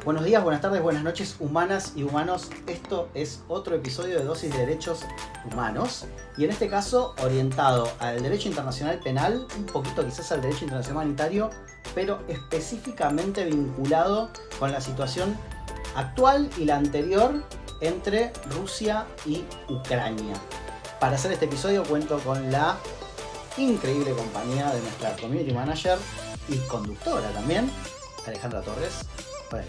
Buenos días, buenas tardes, buenas noches, humanas y humanos. Esto es otro episodio de Dosis de Derechos Humanos y en este caso orientado al derecho internacional penal, un poquito quizás al derecho internacional humanitario, pero específicamente vinculado con la situación actual y la anterior entre Rusia y Ucrania. Para hacer este episodio cuento con la increíble compañía de nuestra community manager y conductora también, Alejandra Torres. Hola,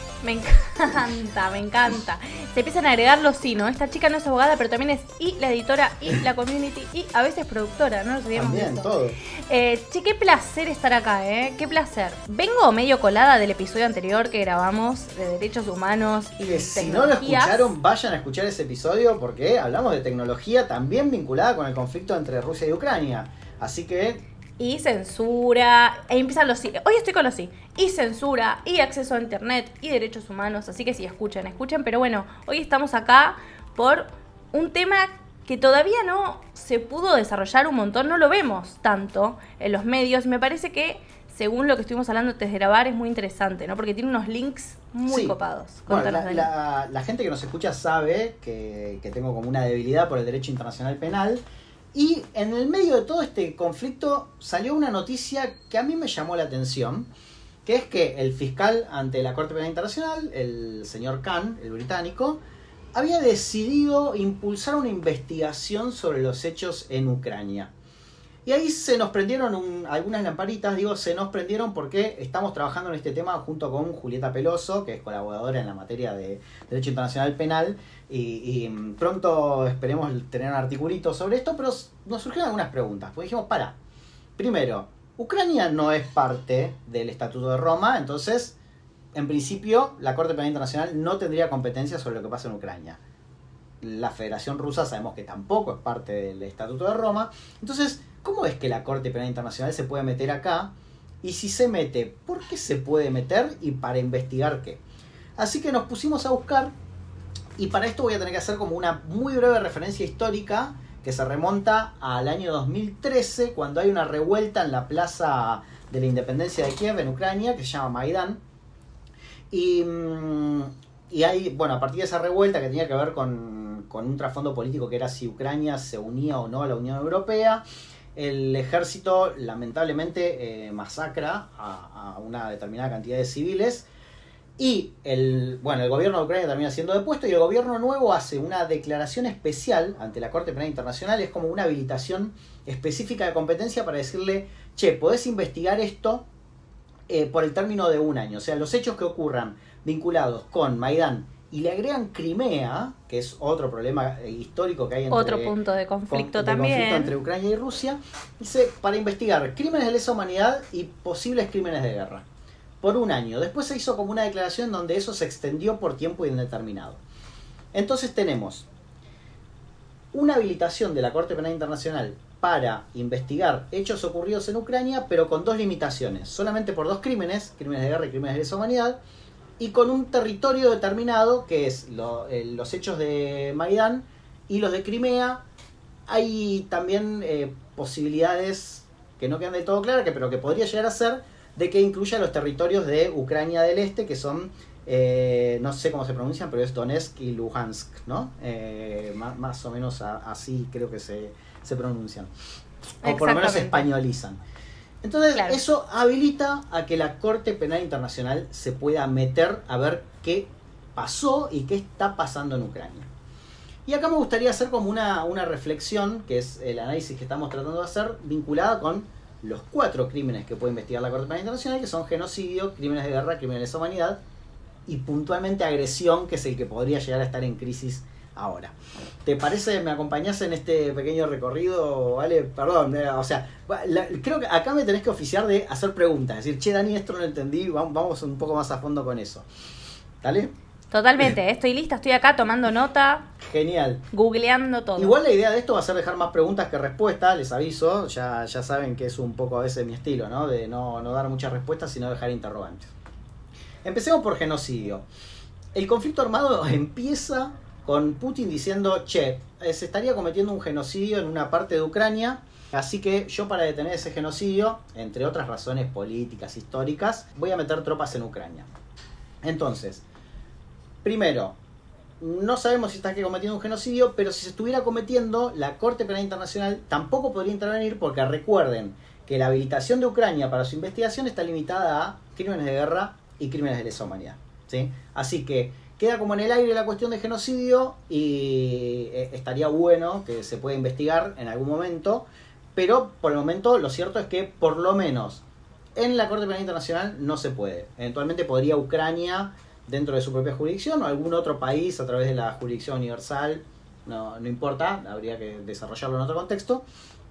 Alejandra. Me encanta. Se empiezan a agregar los sí, ¿no? Esta chica no es abogada, pero también es y la editora, y la community, y a veces productora, no nos olvidemos de eso. Todo. Qué placer estar acá, qué placer. Vengo medio colada del episodio anterior que grabamos de derechos humanos y que si no lo escucharon, vayan a escuchar ese episodio porque hablamos de tecnología también vinculada con el conflicto entre Rusia y Ucrania. Así que... Y censura, ahí empiezan los sí. Hoy estoy con los sí. Y censura, y acceso a internet, y derechos humanos. Así que sí, escuchen. Pero bueno, hoy estamos acá por un tema que todavía no se pudo desarrollar un montón. No lo vemos tanto en los medios. Me parece que, según lo que estuvimos hablando antes de grabar, es muy interesante, ¿no? Porque tiene unos links muy copados. Bueno, la gente que nos escucha sabe que tengo como una debilidad por el derecho internacional penal. Y en el medio de todo este conflicto salió una noticia que a mí me llamó la atención, que es que el fiscal ante la Corte Penal Internacional, el señor Khan, el británico, había decidido impulsar una investigación sobre los hechos en Ucrania. Y ahí se nos prendieron algunas lamparitas, se nos prendieron porque estamos trabajando en este tema junto con Julieta Peloso, que es colaboradora en la materia de Derecho Internacional Penal, y pronto esperemos tener un articulito sobre esto, pero nos surgieron algunas preguntas, porque dijimos, primero, Ucrania no es parte del Estatuto de Roma, entonces, en principio, la Corte Penal Internacional no tendría competencia sobre lo que pasa en Ucrania. La Federación Rusa sabemos que tampoco es parte del Estatuto de Roma, entonces... ¿Cómo es que la Corte Penal Internacional se puede meter acá? Y si se mete, ¿por qué se puede meter y para investigar qué? Así que nos pusimos a buscar y para esto voy a tener que hacer como una muy breve referencia histórica que se remonta al año 2013 cuando hay una revuelta en la plaza de la independencia de Kiev en Ucrania que se llama Maidán. Y hay, a partir de esa revuelta que tenía que ver con un trasfondo político que era si Ucrania se unía o no a la Unión Europea, el ejército lamentablemente masacra a una determinada cantidad de civiles y el gobierno de Ucrania termina siendo depuesto y el gobierno nuevo hace una declaración especial ante la Corte Penal Internacional, es como una habilitación específica de competencia para decirle, podés investigar esto por el término de un año, o sea, los hechos que ocurran vinculados con Maidán y le agregan Crimea, que es otro problema histórico que hay otro punto de conflicto también. Conflicto entre Ucrania y Rusia. Dice, para investigar crímenes de lesa humanidad y posibles crímenes de guerra. Por un año. Después se hizo como una declaración donde eso se extendió por tiempo indeterminado. Entonces tenemos una habilitación de la Corte Penal Internacional para investigar hechos ocurridos en Ucrania, pero con dos limitaciones. Solamente por dos crímenes de guerra y crímenes de lesa humanidad, y con un territorio determinado, que es los hechos de Maidán y los de Crimea. Hay también posibilidades que no quedan del todo claras, pero que podría llegar a ser de que incluya los territorios de Ucrania del Este, que son, no sé cómo se pronuncian, pero es Donetsk y Luhansk, ¿no? Más o menos así creo que se pronuncian. O por lo menos se españolizan. Entonces, claro, eso habilita a que la Corte Penal Internacional se pueda meter a ver qué pasó y qué está pasando en Ucrania. Y acá me gustaría hacer como una reflexión, que es el análisis que estamos tratando de hacer, vinculada con los 4 crímenes que puede investigar la Corte Penal Internacional, que son genocidio, crímenes de guerra, crímenes de lesa humanidad y puntualmente agresión, que es el que podría llegar a estar en crisis ahora. ¿Te parece, me acompañás en este pequeño recorrido, ¿vale? Perdón, creo que acá me tenés que oficiar de hacer preguntas, es decir, Dani, esto no lo entendí, vamos un poco más a fondo con eso. ¿Dale? Totalmente, estoy lista, estoy acá tomando nota. Genial. Googleando todo. Igual la idea de esto va a ser dejar más preguntas que respuestas, les aviso, ya saben que es un poco a veces mi estilo, ¿no? De no dar muchas respuestas, sino dejar interrogantes. Empecemos por genocidio. El conflicto armado empieza con Putin diciendo, se estaría cometiendo un genocidio en una parte de Ucrania, así que yo para detener ese genocidio, entre otras razones políticas, históricas, voy a meter tropas en Ucrania. Entonces, primero, no sabemos si está cometiendo un genocidio, pero si se estuviera cometiendo, la Corte Penal Internacional tampoco podría intervenir, porque recuerden que la habilitación de Ucrania para su investigación está limitada a crímenes de guerra y crímenes de lesa humanidad, ¿sí? Así que queda como en el aire la cuestión de genocidio y estaría bueno que se pueda investigar en algún momento, pero por el momento lo cierto es que por lo menos en la Corte Penal Internacional no se puede. Eventualmente podría Ucrania, dentro de su propia jurisdicción, o algún otro país a través de la jurisdicción universal, no importa, habría que desarrollarlo en otro contexto,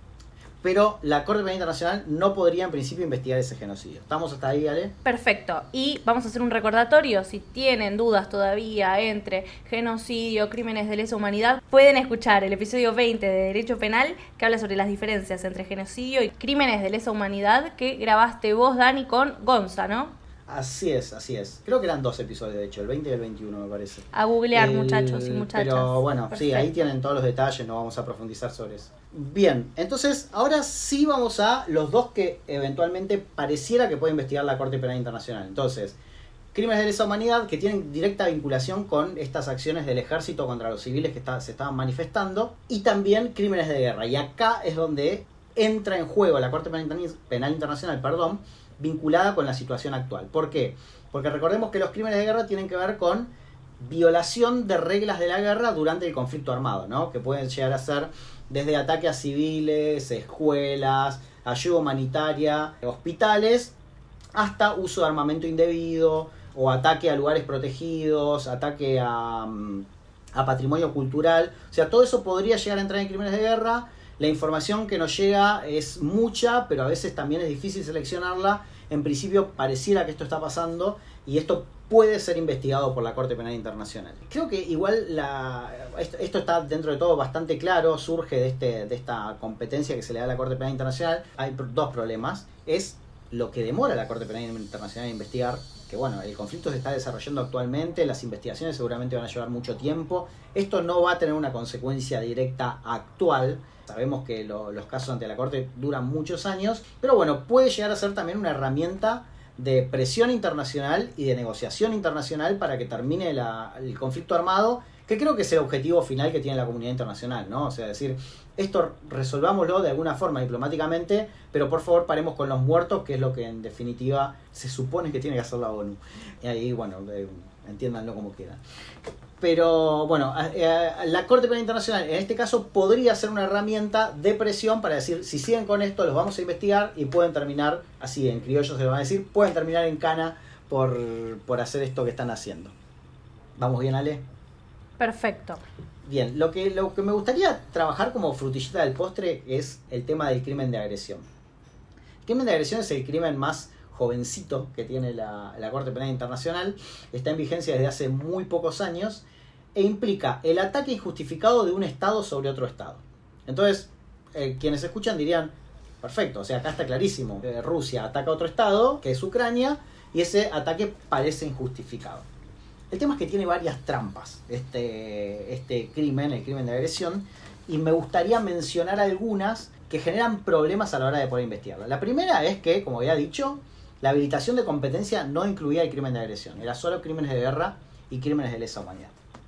pero la Corte Penal Internacional no podría en principio investigar ese genocidio. ¿Estamos hasta ahí, Ale? Perfecto. Y vamos a hacer un recordatorio. Si tienen dudas todavía entre genocidio, crímenes de lesa humanidad, pueden escuchar el episodio 20 de Derecho Penal, que habla sobre las diferencias entre genocidio y crímenes de lesa humanidad, que grabaste vos, Dani, con Gonza, ¿no? Así es. Creo que eran 2 episodios, de hecho, el 20 y el 21 me parece. A googlear, muchachos y muchachas. Pero bueno, Perfecto. Sí, ahí tienen todos los detalles, no vamos a profundizar sobre eso. Bien, entonces ahora sí vamos a los dos que eventualmente pareciera que puede investigar la Corte Penal Internacional. Entonces, crímenes de lesa humanidad que tienen directa vinculación con estas acciones del ejército contra los civiles que se estaban manifestando, y también crímenes de guerra. Y acá es donde entra en juego la Corte Penal Internacional, vinculada con la situación actual. ¿Por qué? Porque recordemos que los crímenes de guerra tienen que ver con violación de reglas de la guerra durante el conflicto armado, ¿no? Que pueden llegar a ser desde ataque a civiles, escuelas, ayuda humanitaria, hospitales, hasta uso de armamento indebido, o ataque a lugares protegidos, ataque a patrimonio cultural. O sea, todo eso podría llegar a entrar en crímenes de guerra. La información que nos llega es mucha, pero a veces también es difícil seleccionarla. En principio pareciera que esto está pasando y esto puede ser investigado por la Corte Penal Internacional. Creo que igual esto está dentro de todo bastante claro, surge de esta competencia que se le da a la Corte Penal Internacional. Hay 2 problemas. Es lo que demora la Corte Penal Internacional en investigar, que bueno, el conflicto se está desarrollando actualmente, las investigaciones seguramente van a llevar mucho tiempo. Esto no va a tener una consecuencia directa actual. Sabemos que los casos ante la Corte duran muchos años, pero bueno, puede llegar a ser también una herramienta de presión internacional y de negociación internacional para que termine el conflicto armado, que creo que es el objetivo final que tiene la comunidad internacional, ¿no? O sea, decir, esto resolvámoslo de alguna forma diplomáticamente, pero por favor paremos con los muertos, que es lo que en definitiva se supone que tiene que hacer la ONU. Y ahí, bueno, entiéndanlo como quieran. Pero bueno, la Corte Penal Internacional en este caso podría ser una herramienta de presión para decir, si siguen con esto los vamos a investigar y pueden terminar, así en criollo se lo van a decir, pueden terminar en cana por hacer esto que están haciendo. ¿Vamos bien, Ale? Perfecto. Bien, lo que me gustaría trabajar como frutillita del postre es el tema del crimen de agresión. El crimen de agresión es el crimen más jovencito que tiene la Corte Penal Internacional, está en vigencia desde hace muy pocos años e implica el ataque injustificado de un Estado sobre otro Estado. Entonces, quienes escuchan dirían, perfecto, o sea, acá está clarísimo, Rusia ataca a otro Estado, que es Ucrania, y ese ataque parece injustificado. El tema es que tiene varias trampas este crimen, el crimen de agresión, y me gustaría mencionar algunas que generan problemas a la hora de poder investigarlo. La primera es que, como había dicho, la habilitación de competencia no incluía el crimen de agresión, era solo crímenes de guerra y crímenes de lesa humanidad.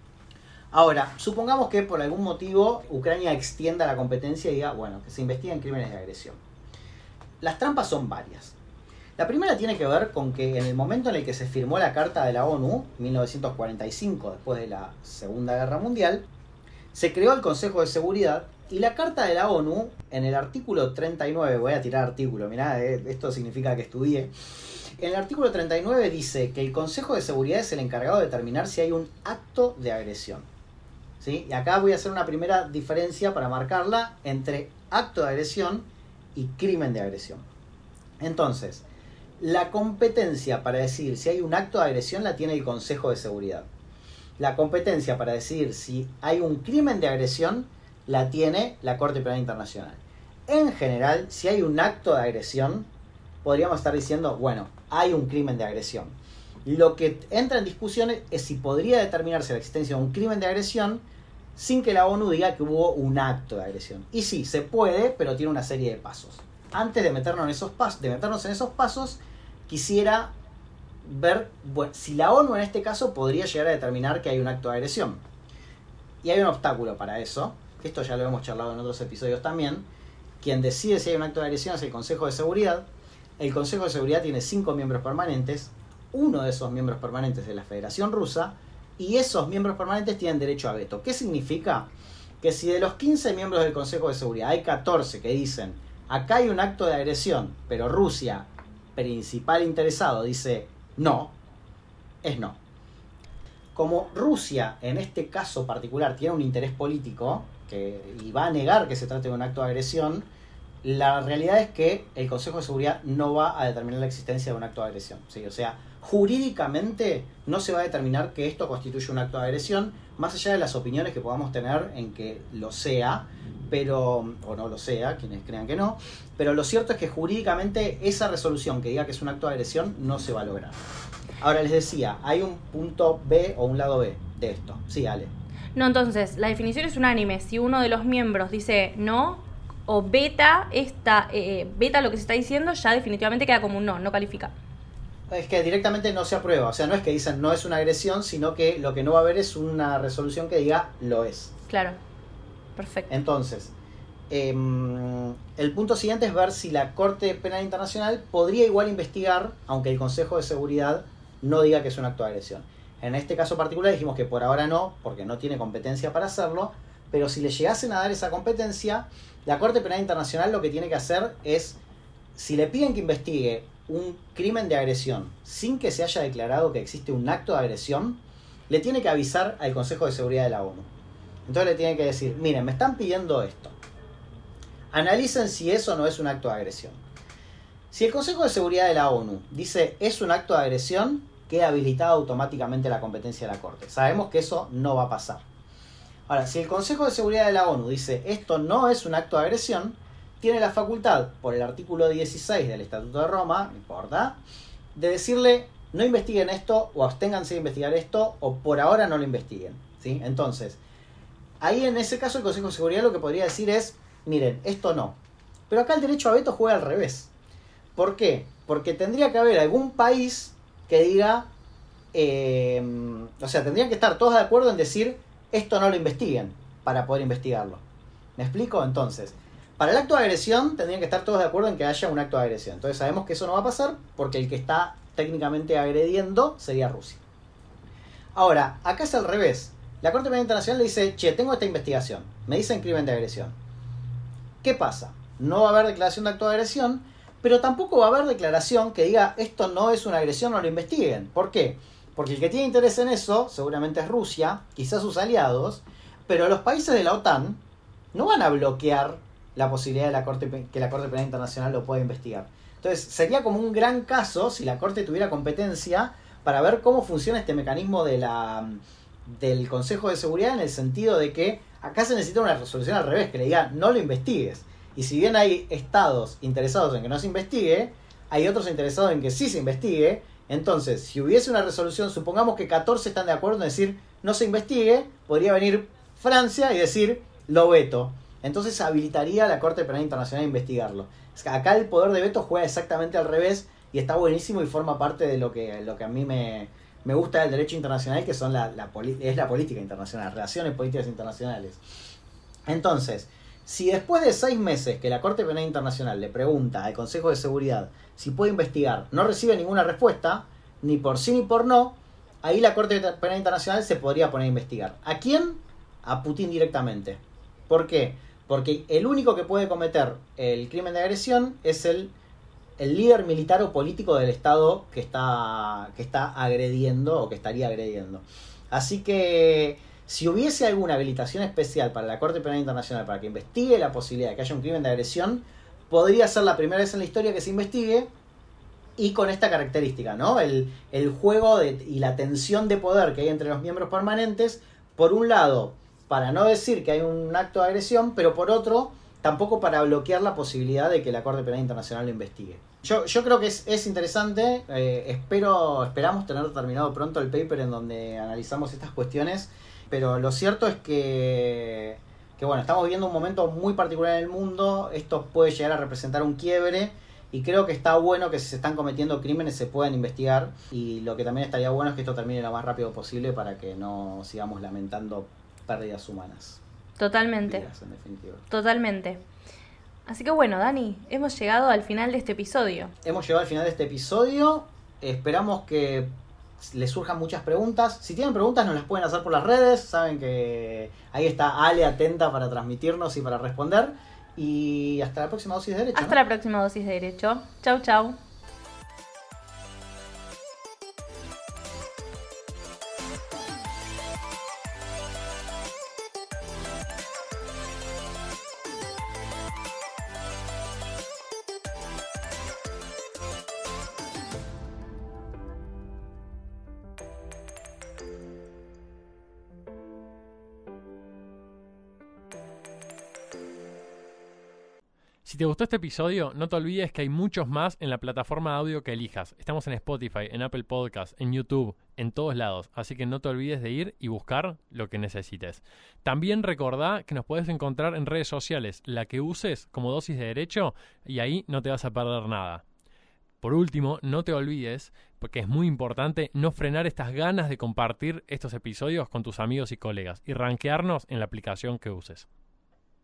Ahora, supongamos que por algún motivo Ucrania extienda la competencia y diga, bueno, que se investiguen crímenes de agresión. Las trampas son varias. La primera tiene que ver con que en el momento en el que se firmó la Carta de la ONU, 1945, después de la Segunda Guerra Mundial, se creó el Consejo de Seguridad y la Carta de la ONU, en el artículo 39, voy a tirar artículo, mirá, esto significa que estudié. En el artículo 39 dice que el Consejo de Seguridad es el encargado de determinar si hay un acto de agresión. ¿Sí? Y acá voy a hacer una primera diferencia para marcarla entre acto de agresión y crimen de agresión. Entonces, la competencia para decir si hay un acto de agresión la tiene el Consejo de Seguridad. La competencia para decir si hay un crimen de agresión la tiene la Corte Penal Internacional. En general, si hay un acto de agresión, podríamos estar diciendo, bueno, hay un crimen de agresión. Lo que entra en discusión es si podría determinarse la existencia de un crimen de agresión sin que la ONU diga que hubo un acto de agresión. Y sí, se puede, pero tiene una serie de pasos. Antes de meternos en esos pasos, quisiera ver si la ONU en este caso podría llegar a determinar que hay un acto de agresión. Y hay un obstáculo para eso, que esto ya lo hemos charlado en otros episodios también. Quien decide si hay un acto de agresión es el Consejo de Seguridad. El Consejo de Seguridad tiene 5 miembros permanentes. Uno de esos miembros permanentes es la Federación Rusa. Y esos miembros permanentes tienen derecho a veto. ¿Qué significa? Que si de los 15 miembros del Consejo de Seguridad hay 14 que dicen acá hay un acto de agresión, pero Rusia, principal interesado, dice no, es no. Como Rusia en este caso particular tiene un interés político y va a negar que se trate de un acto de agresión, la realidad es que el Consejo de Seguridad no va a determinar la existencia de un acto de agresión, ¿sí? O sea, jurídicamente no se va a determinar que esto constituye un acto de agresión, más allá de las opiniones que podamos tener en que lo sea, pero o no lo sea, quienes crean que no, pero lo cierto es que jurídicamente esa resolución que diga que es un acto de agresión no se va a lograr. Ahora les decía, hay un punto B o un lado B de esto. Sí, Ale. No, entonces, la definición es unánime. Si uno de los miembros dice no o beta lo que se está diciendo, ya definitivamente queda como un no califica. Es que directamente no se aprueba. O sea, no es que dicen no es una agresión, sino que lo que no va a haber es una resolución que diga lo es. Claro. Perfecto. Entonces, el punto siguiente es ver si la Corte Penal Internacional podría igual investigar, aunque el Consejo de Seguridad no diga que es un acto de agresión. En este caso particular dijimos que por ahora no, porque no tiene competencia para hacerlo, pero si le llegasen a dar esa competencia, la Corte Penal Internacional lo que tiene que hacer es, si le piden que investigue un crimen de agresión sin que se haya declarado que existe un acto de agresión, le tiene que avisar al Consejo de Seguridad de la ONU. Entonces le tiene que decir, miren, me están pidiendo esto. Analicen si eso no es un acto de agresión. Si el Consejo de Seguridad de la ONU dice es un acto de agresión, queda habilitada automáticamente la competencia de la Corte. Sabemos que eso no va a pasar. Ahora, si el Consejo de Seguridad de la ONU dice esto no es un acto de agresión, tiene la facultad, por el artículo 16 del Estatuto de Roma, no importa, de decirle no investiguen esto o absténganse de investigar esto o por ahora no lo investiguen, ¿sí? Entonces, ahí en ese caso el Consejo de Seguridad lo que podría decir es, miren, esto no. Pero acá el derecho a veto juega al revés. ¿Por qué? Porque tendría que haber algún país que diga, o sea, tendrían que estar todos de acuerdo en decir, esto no lo investiguen, para poder investigarlo. ¿Me explico? Entonces, para el acto de agresión tendrían que estar todos de acuerdo en que haya un acto de agresión. Entonces sabemos que eso no va a pasar porque el que está técnicamente agrediendo sería Rusia. Ahora, acá es al revés. La Corte Penal Internacional le dice, che, tengo esta investigación, me dicen crimen de agresión. ¿Qué pasa? No va a haber declaración de acto de agresión, pero tampoco va a haber declaración que diga esto no es una agresión, no lo investiguen. ¿Por qué? Porque el que tiene interés en eso seguramente es Rusia, quizás sus aliados, pero los países de la OTAN no van a bloquear la posibilidad de que la Corte Penal Internacional lo pueda investigar. Entonces sería como un gran caso si la Corte tuviera competencia para ver cómo funciona este mecanismo del Consejo de Seguridad, en el sentido de que acá se necesita una resolución al revés, que le diga no lo investigues. Y si bien hay estados interesados en que no se investigue, hay otros interesados en que sí se investigue. Entonces, si hubiese una resolución, supongamos que 14 están de acuerdo en decir no se investigue, podría venir Francia y decir lo veto. Entonces habilitaría a la Corte Penal Internacional a investigarlo. Acá el poder de veto juega exactamente al revés y está buenísimo y forma parte de lo que a mí me gusta del derecho internacional, que son la política internacional, relaciones políticas internacionales. Entonces, si después de 6 meses que la Corte Penal Internacional le pregunta al Consejo de Seguridad si puede investigar, no recibe ninguna respuesta, ni por sí ni por no, ahí la Corte Penal Internacional se podría poner a investigar. ¿A quién? A Putin directamente. ¿Por qué? Porque el único que puede cometer el crimen de agresión es el líder militar o político del Estado que está agrediendo o que estaría agrediendo. Así que si hubiese alguna habilitación especial para la Corte Penal Internacional para que investigue la posibilidad de que haya un crimen de agresión, podría ser la primera vez en la historia que se investigue, y con esta característica, ¿no? El juego y la tensión de poder que hay entre los miembros permanentes, por un lado, para no decir que hay un acto de agresión, pero por otro, tampoco para bloquear la posibilidad de que la Corte Penal Internacional lo investigue. Yo creo que es interesante, esperamos tener terminado pronto el paper en donde analizamos estas cuestiones, pero lo cierto es que bueno, estamos viviendo un momento muy particular en el mundo. Esto puede llegar a representar un quiebre y creo que está bueno que si se están cometiendo crímenes se puedan investigar, y lo que también estaría bueno es que esto termine lo más rápido posible para que no sigamos lamentando pérdidas humanas. Totalmente. Vidas, en definitiva. Totalmente. Así que bueno, Dani, hemos llegado al final de este episodio. Hemos llegado al final de este episodio. Esperamos que les surjan muchas preguntas. Si tienen preguntas nos las pueden hacer por las redes. Saben que ahí está Ale atenta para transmitirnos y para responder. Y hasta la próxima dosis de derecho. Hasta la próxima dosis de derecho. Chau, chau. Si te gustó este episodio, no te olvides que hay muchos más en la plataforma de audio que elijas. Estamos en Spotify, en Apple Podcasts, en YouTube, en todos lados. Así que no te olvides de ir y buscar lo que necesites. También recordá que nos podés encontrar en redes sociales, la que uses como dosis de derecho, y ahí no te vas a perder nada. Por último, no te olvides, porque es muy importante, no frenar estas ganas de compartir estos episodios con tus amigos y colegas y rankearnos en la aplicación que uses.